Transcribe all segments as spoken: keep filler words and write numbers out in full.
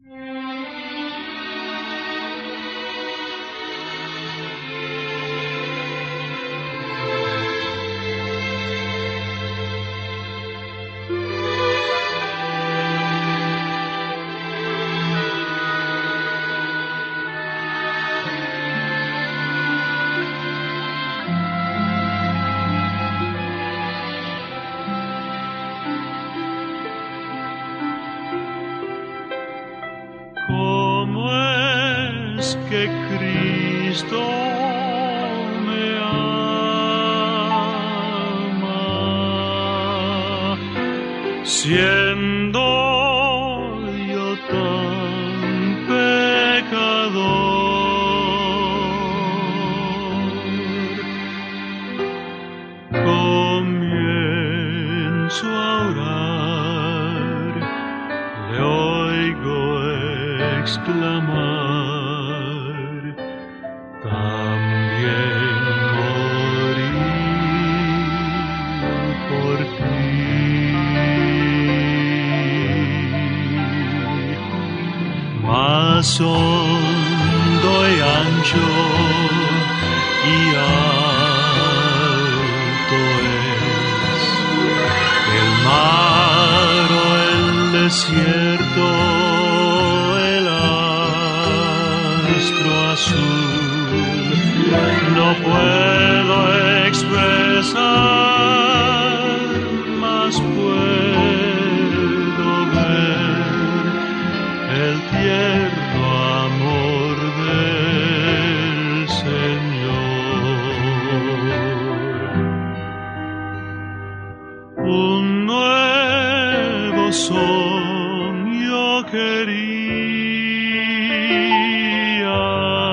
Que Cristo me ama, siendo yo tan pecador. Comienzo a orar, le oigo exclamar: más hondo y ancho y alto es el mar o el desierto, el astro azul. No puedo expresar, más puedo ver el tierno amor del Señor. Un nuevo son yo quería,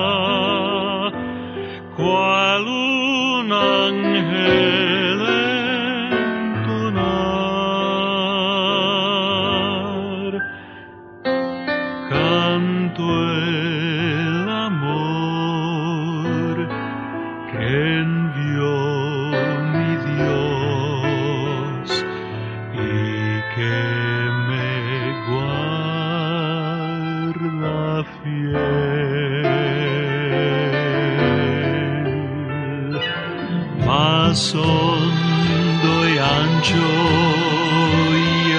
cual un ángel entonar. Canto el amor que envió mi Dios y que me guarda fiel. Más hondo y ancho y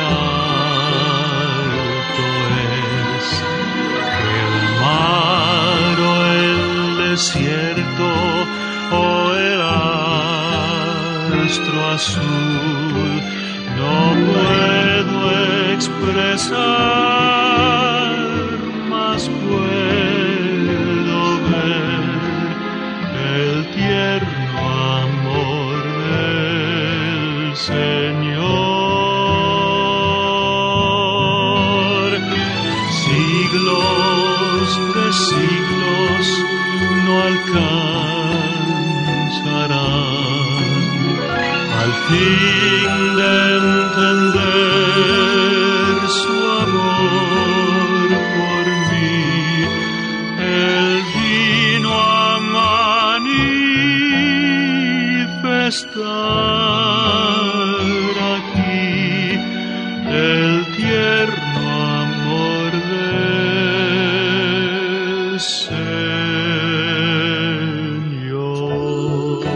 alto es el mar o el desierto o el astro azul. No puedo expresar, más puedo ver el tierno amor del Señor. Siglos de siglos no alcanzarán al fin de entender su amor por mí. Él vino a manifestar aquí el tierno amor del Señor.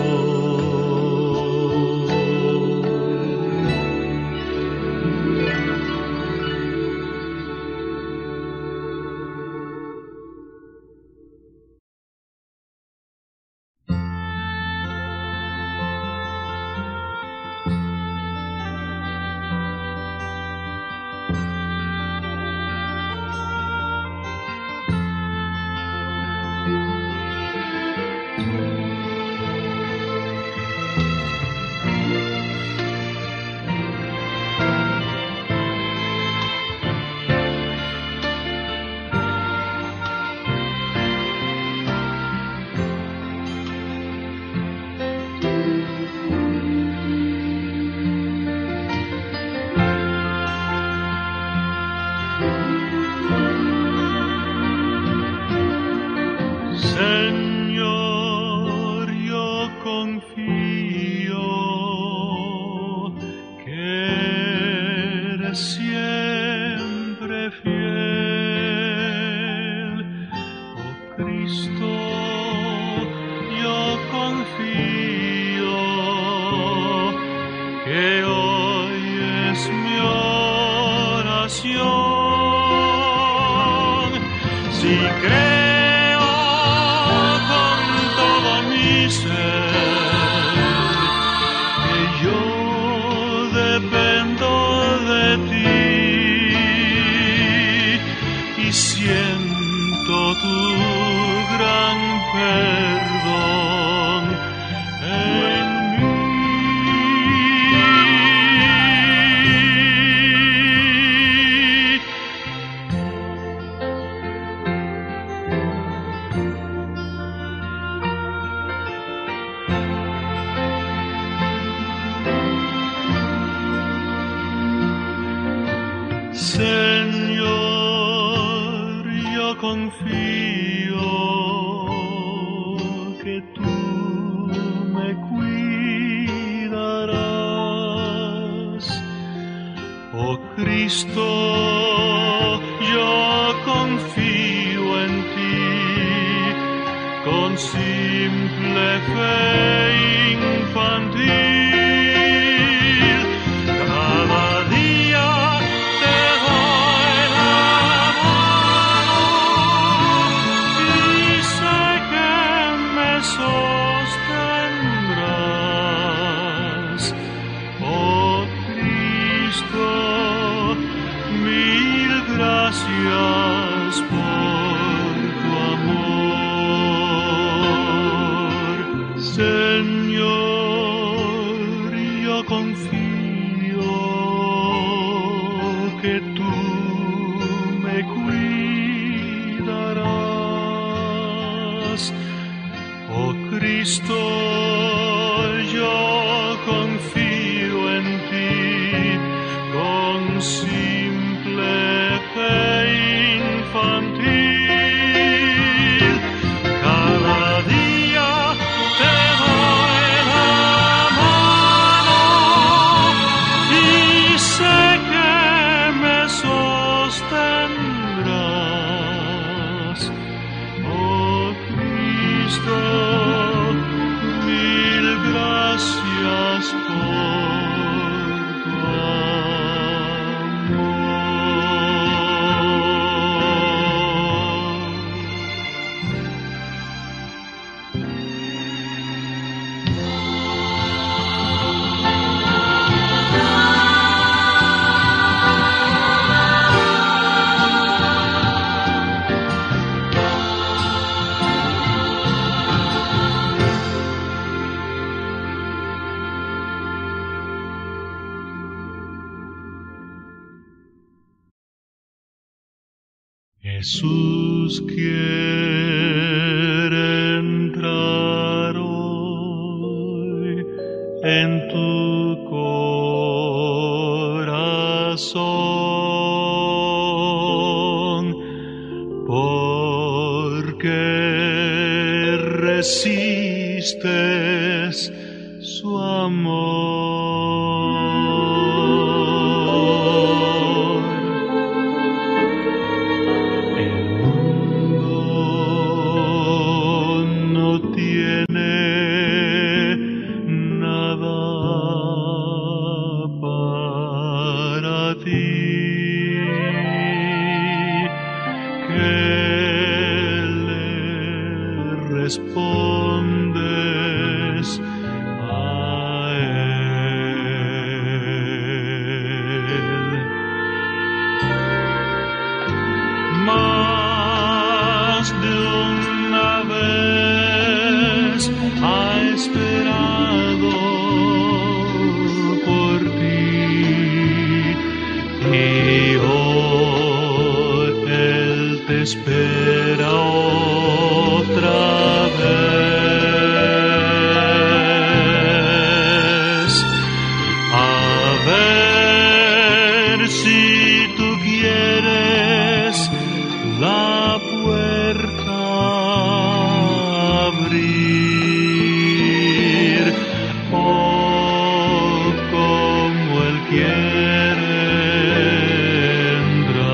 siempre fiel. confío que hoy es mi oración. Si creo con todo mi ser que yo dependo de ti y siento tu gran perdón en mí. Señor, yo confío que tú me cuidarás. Oh Cristo, yo confío en ti con simple fe infantil. Cada día te doy la mano y sé que me sostendrás. Oh Cristo, mil gracias por tu amor. Señor, yo confío que tú me cuidarás. Oh Cristo, yo confío en ti con simple fe infantil. Cada día te doy la mano y sé que me sostendrás. Oh Cristo, mil gracias por tu amor. Jesús quiere entrar hoy en tu corazón, porque resistes su amor. El mundo no tiene nada para ti, que le respondes a él. Más de una vez ha esperado por ti y hoy Él te espera otra vez. A ver si tú quieres la puerta abrir, oh, como Él quiere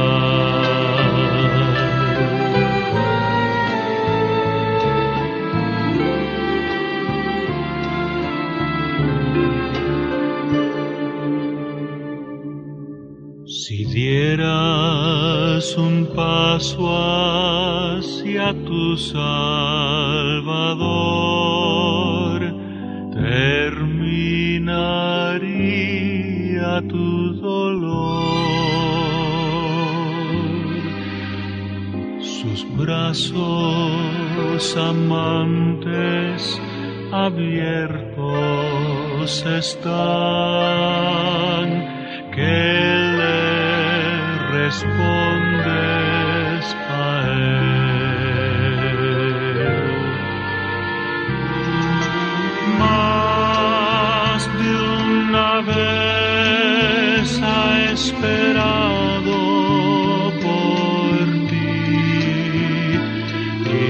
entrar. paso hacia tu Salvador, terminaría tu dolor. Sus brazos amantes abiertos están, que le respondes a él. Más de una vez ha esperado por ti, y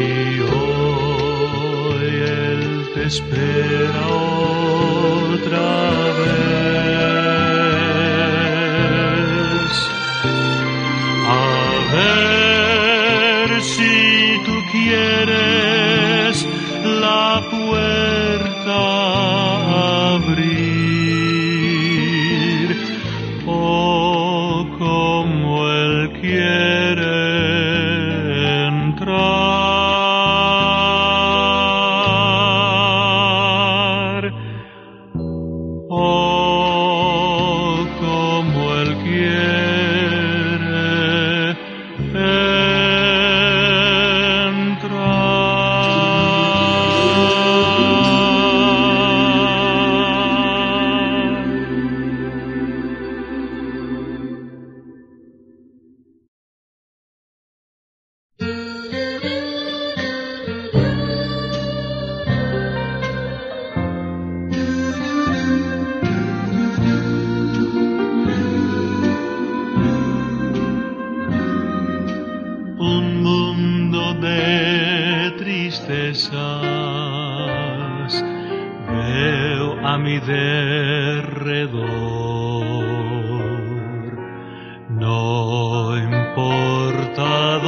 hoy él te espera otra vez. A ver si tú quieres la puerta abrir, o como él quiere entrar, o como él quiere un mundo de tristezas veo a mi derredor. No importa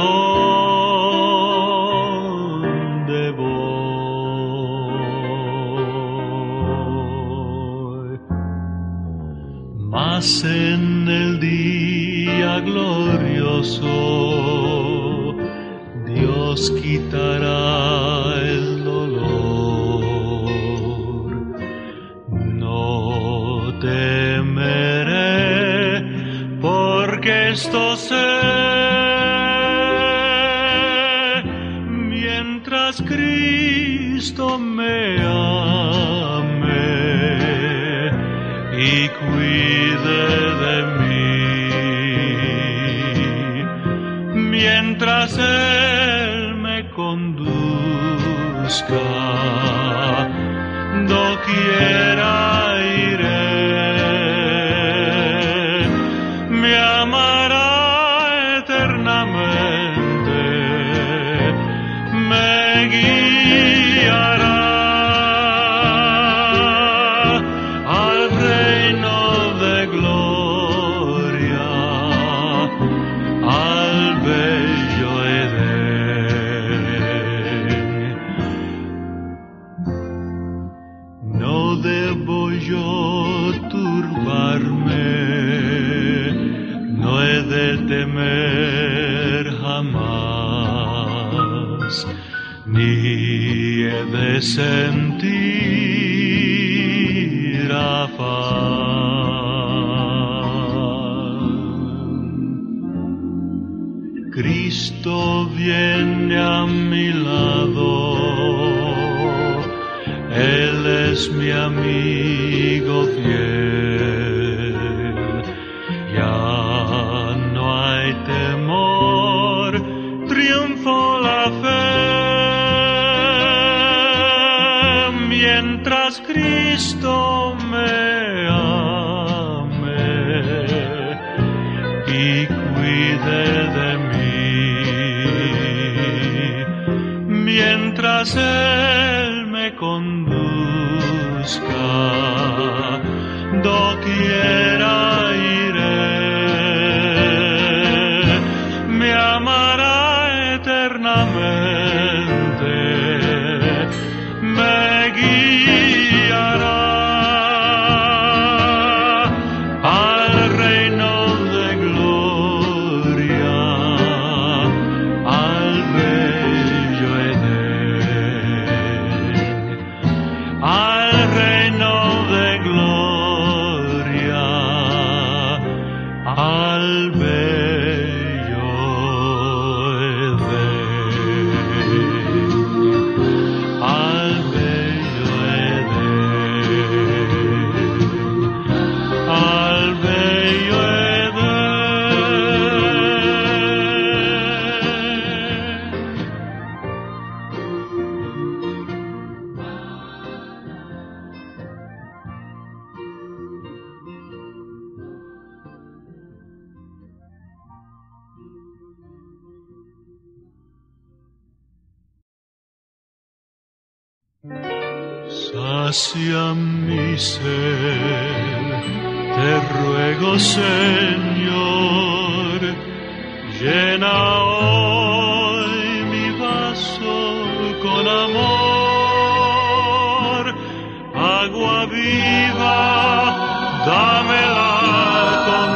dónde voy, mas en el día glorioso Dios quitará el dolor. No temeré, porque esto sé, mientras Cristo me ame y cuide de mí, mientras Él me conduzca, doquiera iré, me amará eternamente, me guiará al reino de gloria, al bello Edén. No debo yo turbarme, no he de temer jamás, ni he de sentir afán. Cristo viene a mi lado, Él es mi amigo fiel, ya no hay temor, triunfó la fe, mientras Cristo me ame y cuide de mí, mientras Él me conduzca, doquiera iré, me amará eternamente, me guiará al reino de gloria, Sacia mi sed, te ruego, Señor, llena hoy mi vaso con amor, agua viva, dámela con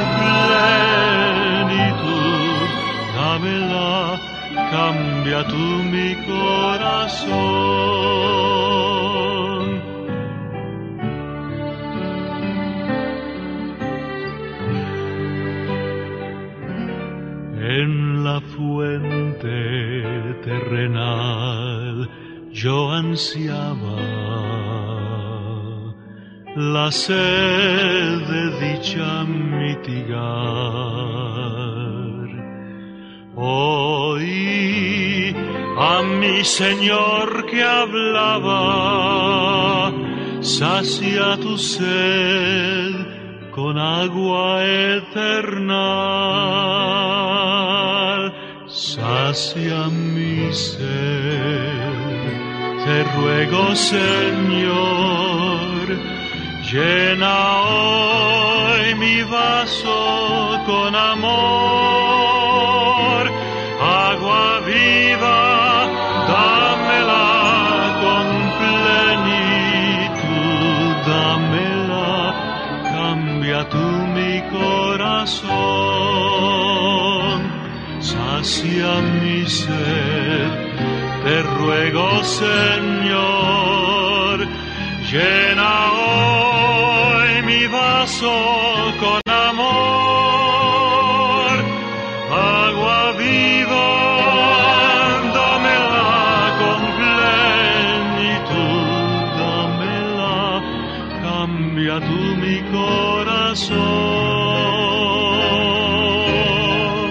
plenitud, dámela, cambia tú mi corazón. En la fuente terrenal yo ansiaba la sed de dicha mitigar. Oí a mi Señor que hablaba, sacia tu sed con agua eterna, sacia mi sed, te ruego, Señor, llena hoy mi vaso con amor, agua viva, dámela con plenitud, dámela, cambia tú mi corazón, sacia mi sed, te ruego, Señor, llena hoy mi vaso con amor, agua viva, dámela con plenitud, dámela, cambia tú mi corazón,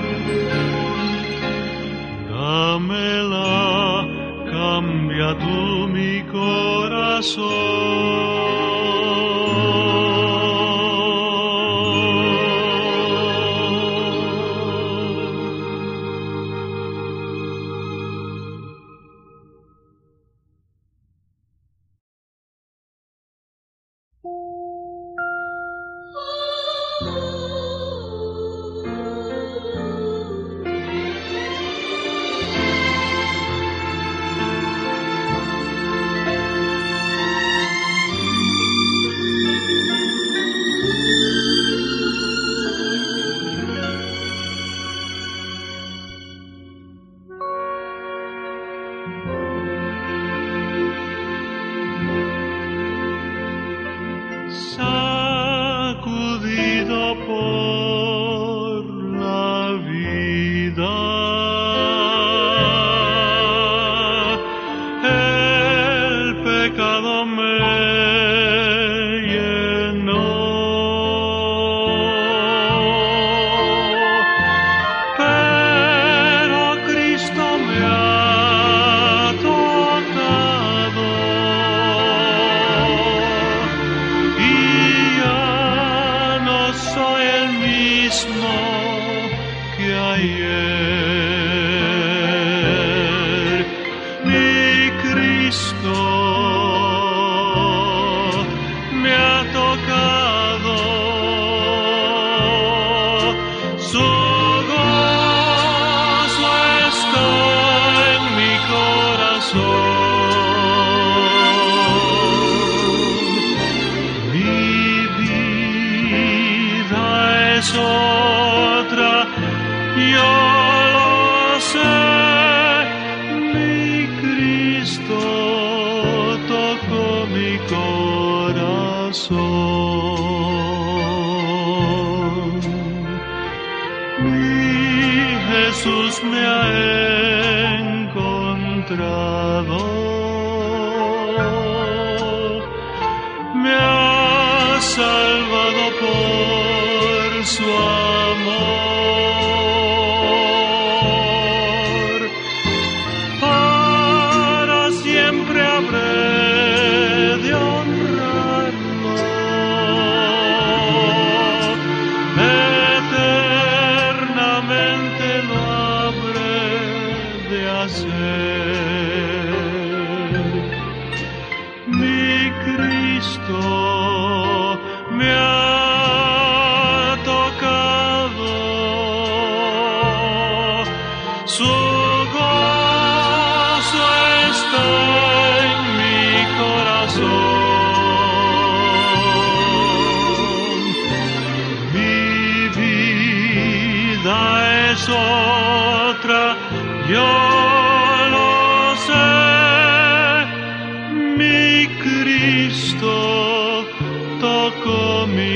dámela, cambia tú mi corazón. Sacudido por la vida, el pecado me llenó, pero Cristo me ha tocado y soy el mismo que ayer. Mi Cristo me ha tocado, su gozo está en mi corazón. Mi es otra, yo lo sé, mi Cristo tocó mi corazón, mi Jesús me ha encontrado, me ha salvado por su amor, para siempre habré de honrarlo, eternamente lo habré de hacer. Mi su gozo está en mi corazón. Mi vida es otra, yo lo sé. Mi Cristo tocó mi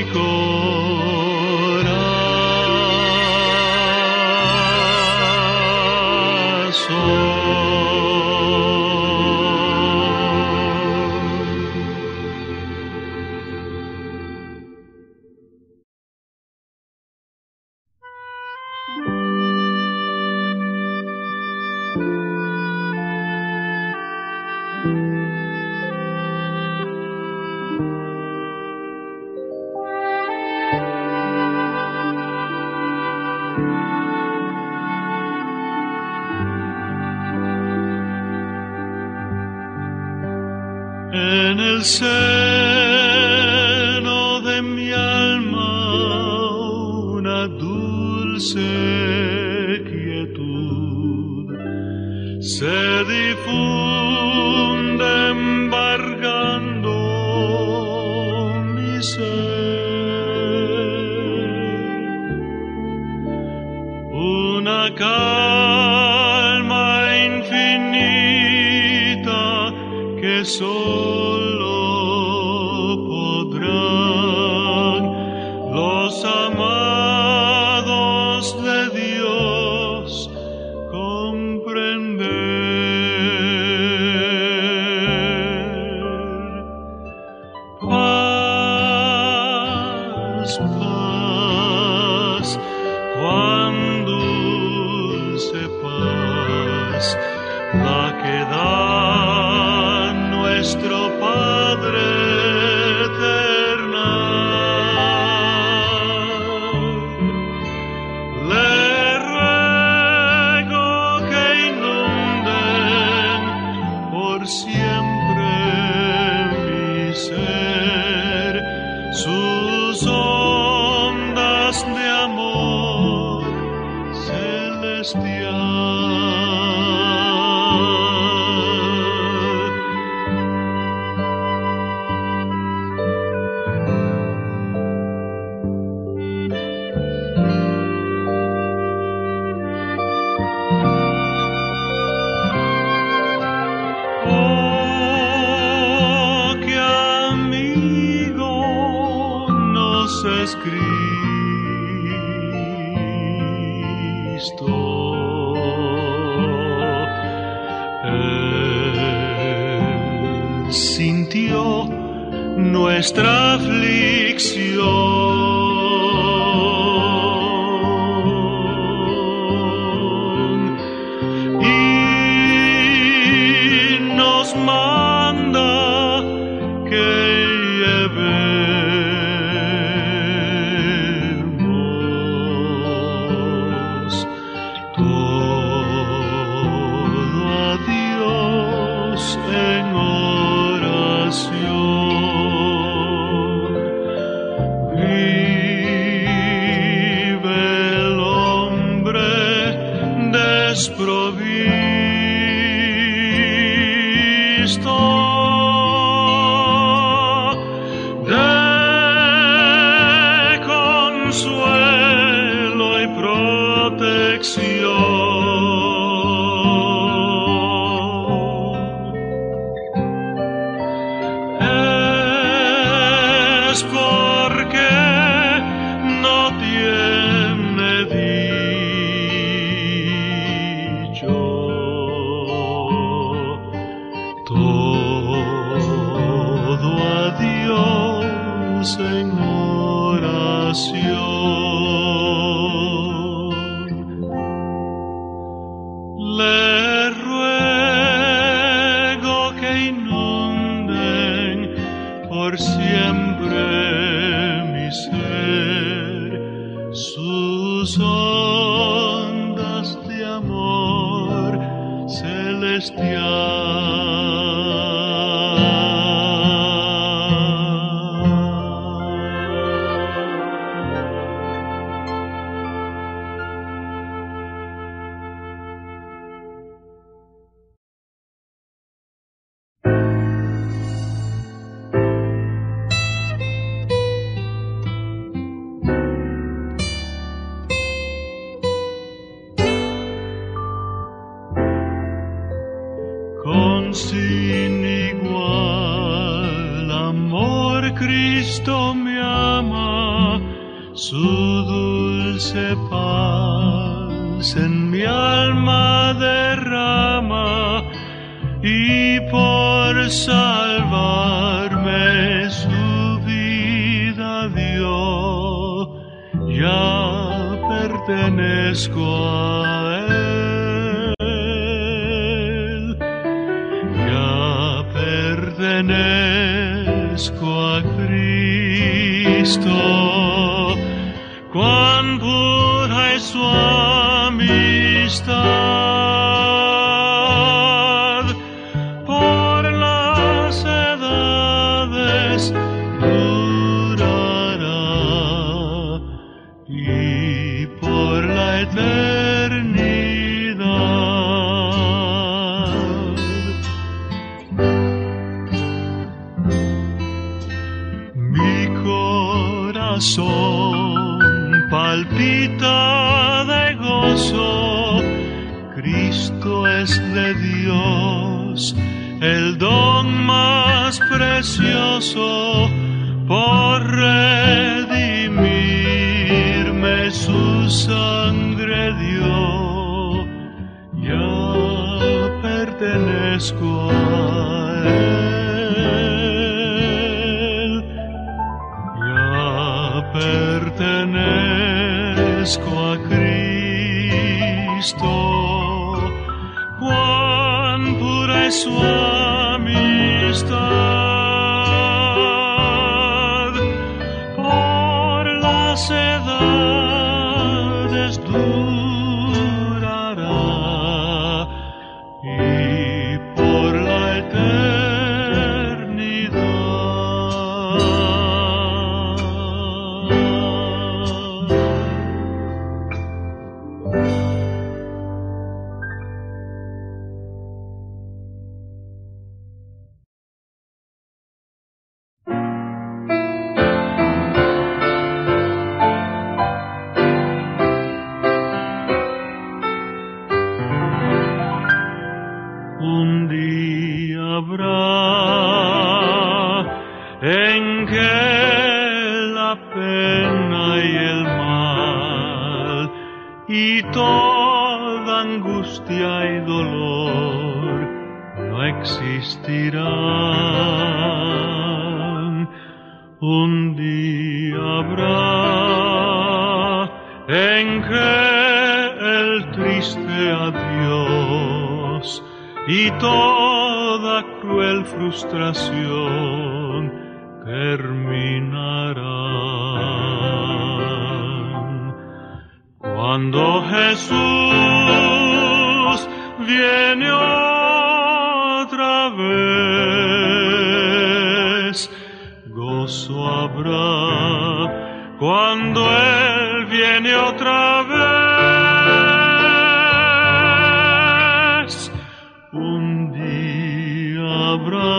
en el seno de mi alma una dulce quietud se difunde embargando mi ser. Una calma infinita que solo podrán los amados de Dios comprender. Paz, paz, cuán dulce paz la que da nuestro Padre eternal. Le ruego que inunden por siempre mi ser sus ondas de amor celestial. Es Cristo, Él sintió nuestra aflicción y nos manda que llevemos todo a Dios en oración. Vive el hombre desprovisto de consuelo y protección. Es porque no tiene dicho todo a Dios en oración. Le ruego que inunden por siempre mi ser sus ondas de amor celestial. sin igual amor Cristo me ama, su dulce paz en mi alma derrama, y por salvarme su vida dio, ya pertenezco a Él, ya pertenezco a Cristo. Cuán pura es su amistad, por las edades durará, y por la eternidad. Mi corazón palpita de gozo, Cristo es de Dios, el don más precioso, por redimirme su sangre dio, ya pertenezco a Él, ya pertenezco a Cristo. Cuán pura es su amistad, por las edades durará, y por la eternidad. Un día habrá en que la pena y el mal y toda angustia y dolor no existirán. Un día habrá en que el triste adiós y toda cruel frustración terminarán. Cuando Jesús viene otra vez, gozo habrá. Cuando Él viene otra vez, un día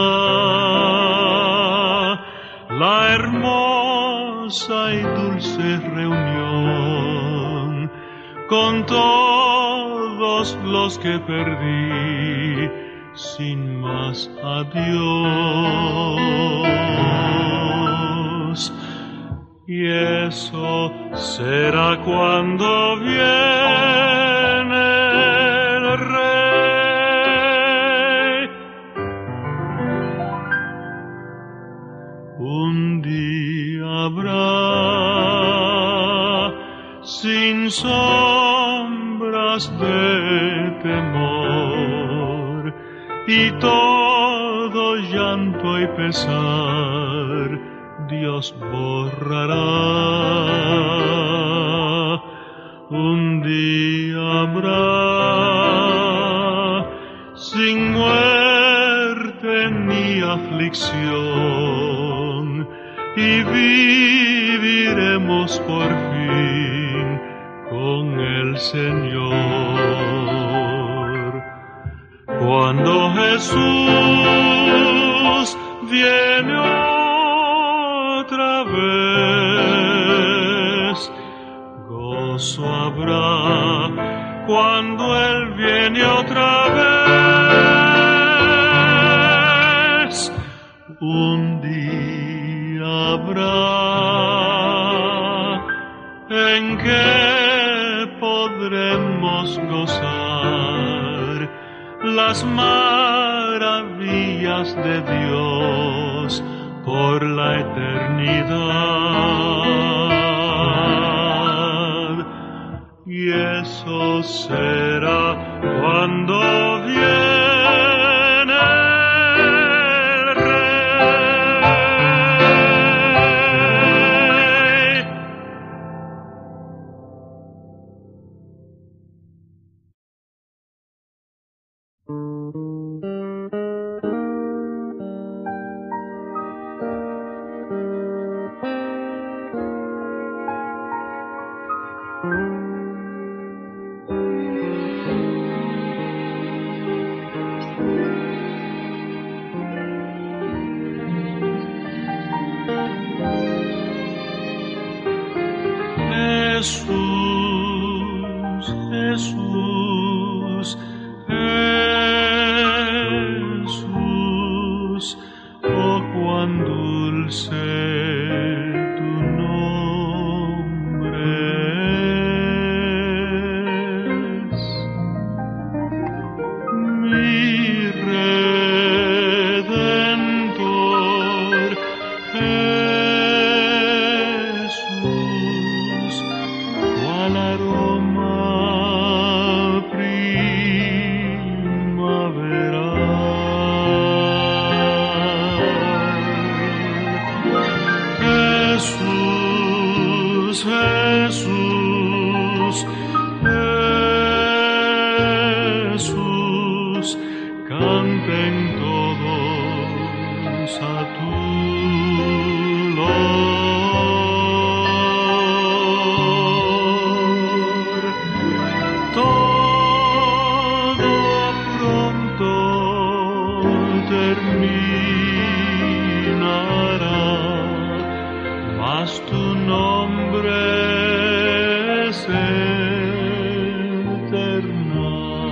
habrá la hermosa y dulce reunión con todos los que perdí sin más adiós. Y eso será cuando viene el Rey. Un día habrá sin sombras de temor y todo llanto y pesar Dios borrará. Un día habrá sin muerte ni aflicción y viviremos por fin con el Señor. Cuando Jesús viene otra vez, gozo habrá. Cuando Él viene otra un día habrá en que podremos gozar las maravillas de Dios por la eternidad. Y eso será cuando viene el Rey. Jesús, Jesús, Jesús, oh cuán dulce tu nombre es, mi Redentor, Jesús, cual aroma primaveral. Jesús, Jesús, Jesús, canten todos a tu loor. Todo pronto terminará, mas tu nombre es eterno.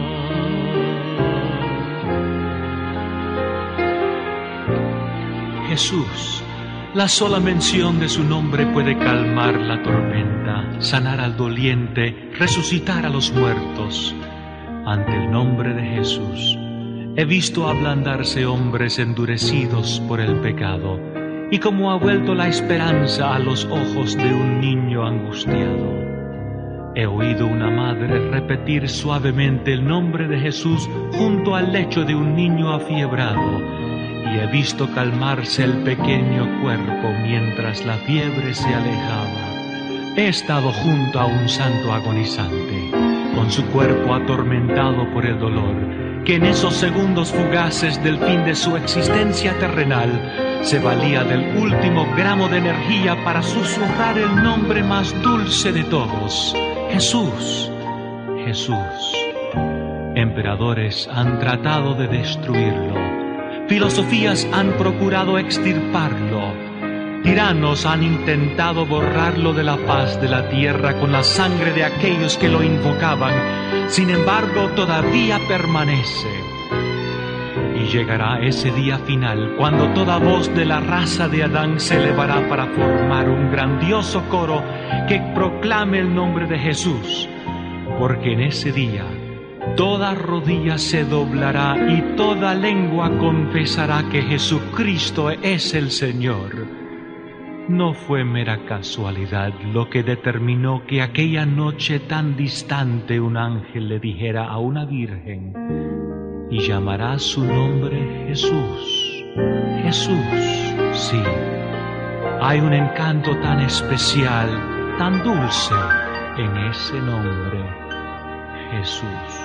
Jesús, la sola mención de su nombre puede calmar la tormenta, sanar al doliente, resucitar a los muertos. Ante el nombre de Jesús, he visto ablandarse hombres endurecidos por el pecado, y como ha vuelto la esperanza a los ojos de un niño angustiado. He oído una madre repetir suavemente el nombre de Jesús junto al lecho de un niño afiebrado, y he visto calmarse el pequeño cuerpo mientras la fiebre se alejaba. He estado junto a un santo agonizante, con su cuerpo atormentado por el dolor, que en esos segundos fugaces del fin de su existencia terrenal se valía del último gramo de energía para susurrar el nombre más dulce de todos: Jesús, Jesús. Emperadores han tratado de destruirlo, filosofías han procurado extirparlo, tiranos han intentado borrarlo de la faz de la tierra con la sangre de aquellos que lo invocaban. Sin embargo, todavía permanece. Y llegará ese día final, cuando toda voz de la raza de Adán se elevará para formar un grandioso coro que proclame el nombre de Jesús, porque en ese día toda rodilla se doblará y toda lengua confesará que Jesucristo es el Señor. No fue mera casualidad lo que determinó que aquella noche tan distante un ángel le dijera a una virgen: y llamará su nombre Jesús. Jesús, sí. Hay un encanto tan especial, tan dulce en ese nombre, Jesús.